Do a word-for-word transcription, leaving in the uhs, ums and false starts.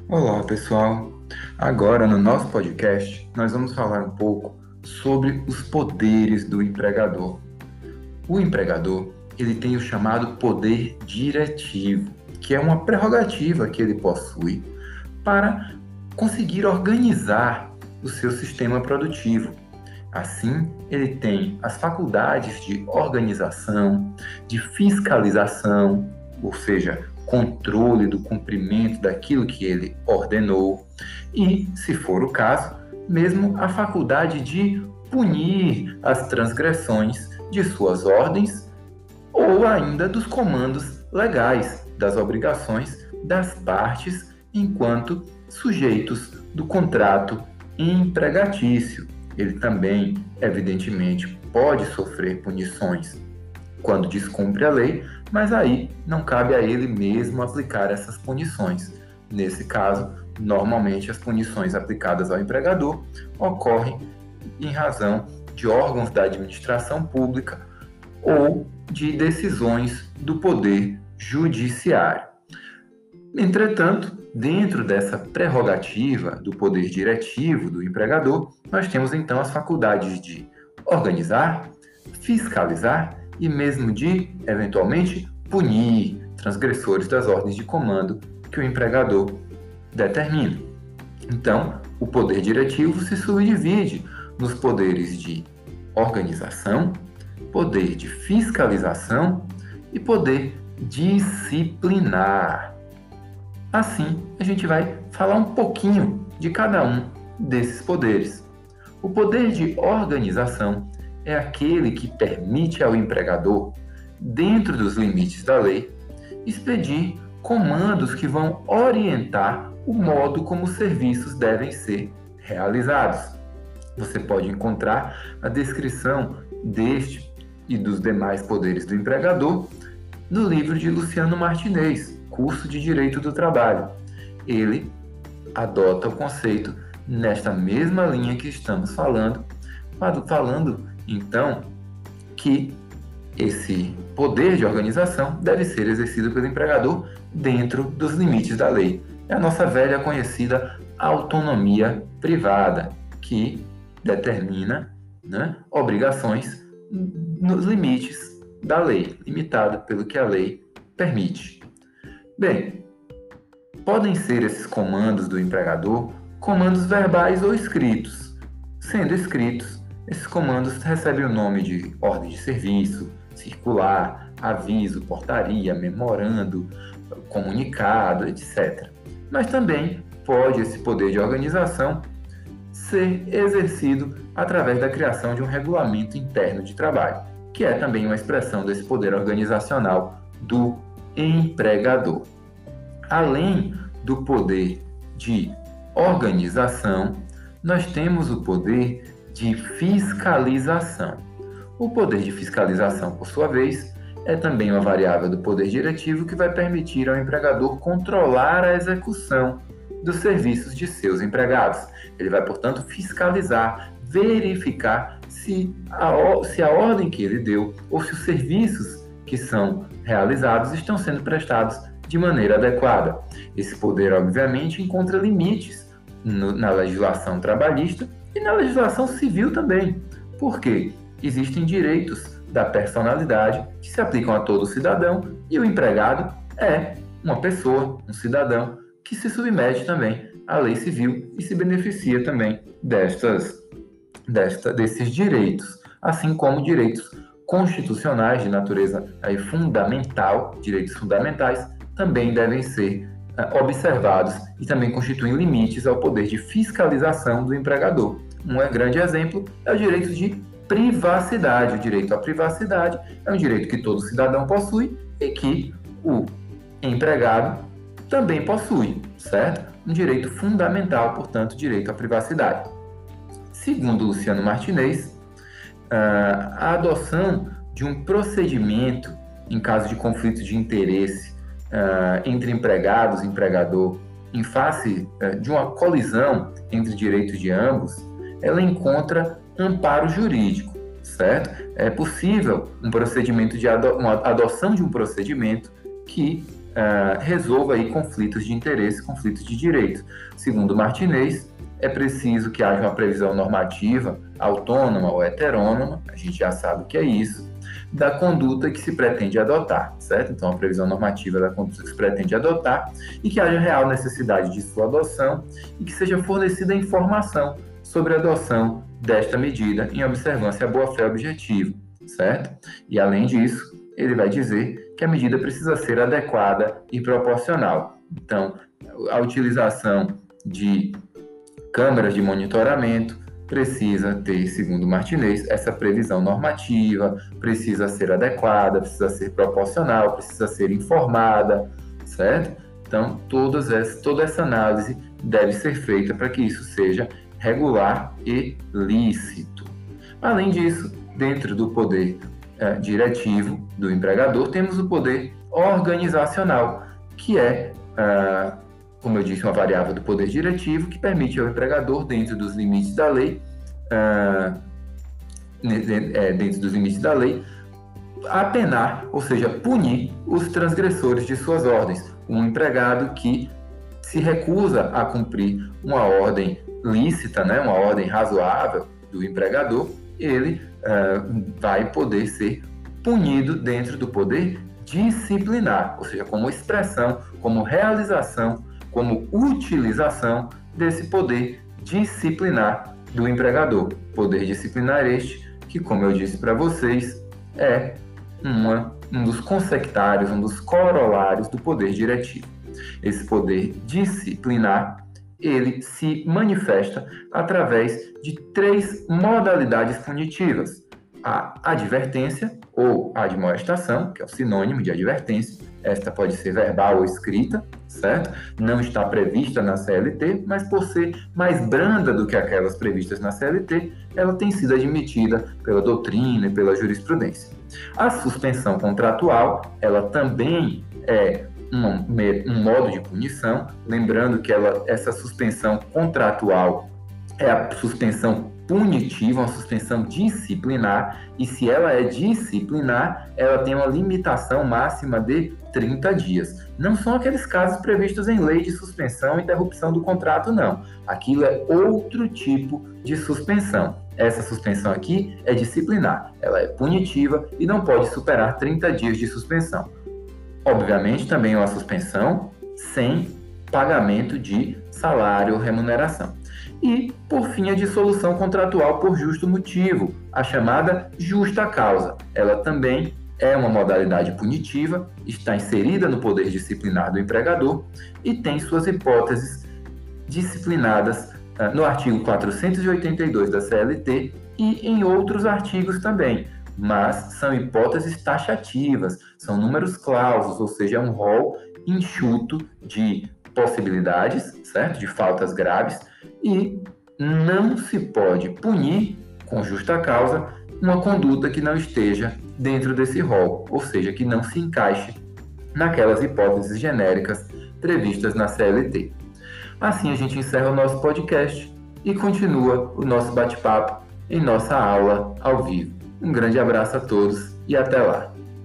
Olá, pessoal. Agora, no nosso podcast, nós vamos falar um pouco sobre os poderes do empregador. O empregador, ele tem o chamado poder diretivo, que é uma prerrogativa que ele possui para conseguir organizar o seu sistema produtivo. Assim, ele tem as faculdades de organização, de fiscalização, ou seja, controle do cumprimento daquilo que ele ordenou, e, se for o caso, mesmo a faculdade de punir as transgressões de suas ordens ou ainda dos comandos legais, das obrigações das partes enquanto sujeitos do contrato empregatício. Ele também, evidentemente, pode sofrer punições quando descumpre a lei, mas aí não cabe a ele mesmo aplicar essas punições. Nesse caso, normalmente as punições aplicadas ao empregador ocorrem em razão de órgãos da administração pública ou de decisões do poder judiciário. Entretanto, dentro dessa prerrogativa do poder diretivo do empregador, nós temos então as faculdades de organizar, fiscalizar e mesmo de, eventualmente, punir transgressores das ordens de comando que o empregador determina. Então, o poder diretivo se subdivide nos poderes de organização, poder de fiscalização e poder disciplinar. Assim, a gente vai falar um pouquinho de cada um desses poderes. O poder de organização é aquele que permite ao empregador, dentro dos limites da lei, expedir comandos que vão orientar o modo como os serviços devem ser realizados. Você pode encontrar a descrição deste e dos demais poderes do empregador no livro de Luciano Martinez, Curso de Direito do Trabalho. Ele adota o conceito nesta mesma linha que estamos falando, falando então que esse poder de organização deve ser exercido pelo empregador dentro dos limites da lei. É a nossa velha conhecida autonomia privada, que determina, né, obrigações nos limites da lei, limitada pelo que a lei permite. Bem, podem ser esses comandos do empregador comandos verbais ou escritos. Sendo escritos, esses comandos recebem o nome de ordem de serviço, circular, aviso, portaria, memorando, comunicado, etcétera. Mas também pode esse poder de organização ser exercido através da criação de um regulamento interno de trabalho, que é também uma expressão desse poder organizacional do empregador. Além do poder de organização, nós temos o poder de fiscalização. O poder de fiscalização, por sua vez, é também uma variável do poder diretivo que vai permitir ao empregador controlar a execução dos serviços de seus empregados. Ele vai, portanto, fiscalizar, verificar se a, se a ordem que ele deu ou se os serviços que são realizados estão sendo prestados de maneira adequada. Esse poder, obviamente, encontra limites no, na legislação trabalhista e na legislação civil também. Por quê? Existem direitos da personalidade que se aplicam a todo cidadão e o empregado é uma pessoa, um cidadão, que se submete também à lei civil e se beneficia também destas, desta, desses direitos, assim como direitos constitucionais de natureza aí, fundamental, direitos fundamentais, também devem ser uh, observados e também constituem limites ao poder de fiscalização do empregador. Um grande exemplo é o direito de privacidade. O direito à privacidade é um direito que todo cidadão possui e que o empregado também possui, certo? Um direito fundamental, portanto, direito à privacidade. Segundo Luciano Martinez, a adoção de um procedimento em caso de conflito de interesse entre empregados e empregador em face de uma colisão entre direitos de ambos, ela encontra amparo jurídico, certo? É possível um procedimento de ado- uma adoção de um procedimento que uh, resolva aí conflitos de interesse, conflitos de direito. Segundo Martinez, é preciso que haja uma previsão normativa autônoma ou heterônoma, a gente já sabe o que é isso, da conduta que se pretende adotar, certo? Então, a previsão normativa da conduta que se pretende adotar e que haja real necessidade de sua adoção e que seja fornecida informação sobre a adoção desta medida em observância à boa-fé objetiva, certo? E, além disso, ele vai dizer que a medida precisa ser adequada e proporcional. Então, a utilização de câmeras de monitoramento precisa ter, segundo Martinez, essa previsão normativa, precisa ser adequada, precisa ser proporcional, precisa ser informada, certo? Então, todas essa, toda essa análise deve ser feita para que isso seja regular e lícito. Além disso, dentro do poder eh, diretivo do empregador, temos o poder organizacional, que é, ah, como eu disse, uma variável do poder diretivo que permite ao empregador, dentro dos limites da lei, uh, dentro dos limites da lei, apenar, ou seja, punir os transgressores de suas ordens. Um empregado que se recusa a cumprir uma ordem lícita, né, uma ordem razoável do empregador, ele uh, vai poder ser punido dentro do poder disciplinar, ou seja, como expressão, como realização, como utilização desse poder disciplinar do empregador. Poder disciplinar este que, como eu disse para vocês, é uma, um dos consectários, um dos corolários do poder diretivo. Esse poder disciplinar, ele se manifesta através de três modalidades punitivas. A advertência ou admoestação, que é o sinônimo de advertência. Esta pode ser verbal ou escrita, certo? Não está prevista na C L T, mas por ser mais branda do que aquelas previstas na C L T, ela tem sido admitida pela doutrina e pela jurisprudência. A suspensão contratual, ela também é um, um modo de punição, lembrando que ela, essa suspensão contratual é a suspensão punitiva, uma suspensão disciplinar, e se ela é disciplinar, ela tem uma limitação máxima de trinta dias. Não são aqueles casos previstos em lei de suspensão e interrupção do contrato, não. Aquilo é outro tipo de suspensão. Essa suspensão aqui é disciplinar, ela é punitiva e não pode superar trinta dias de suspensão. Obviamente, também é uma suspensão sem pagamento de salário ou remuneração. E, por fim, a dissolução contratual por justo motivo, a chamada justa causa. Ela também é uma modalidade punitiva, está inserida no poder disciplinar do empregador e tem suas hipóteses disciplinadas uh, no artigo quatrocentos e oitenta e dois da C L T e em outros artigos também, mas são hipóteses taxativas, são números clausos, ou seja, é um rol enxuto de possibilidades, certo? De faltas graves, e não se pode punir, com justa causa, uma conduta que não esteja dentro desse rol, ou seja, que não se encaixe naquelas hipóteses genéricas previstas na C L T. Assim a gente encerra o nosso podcast e continua o nosso bate-papo em nossa aula ao vivo. Um grande abraço a todos e até lá!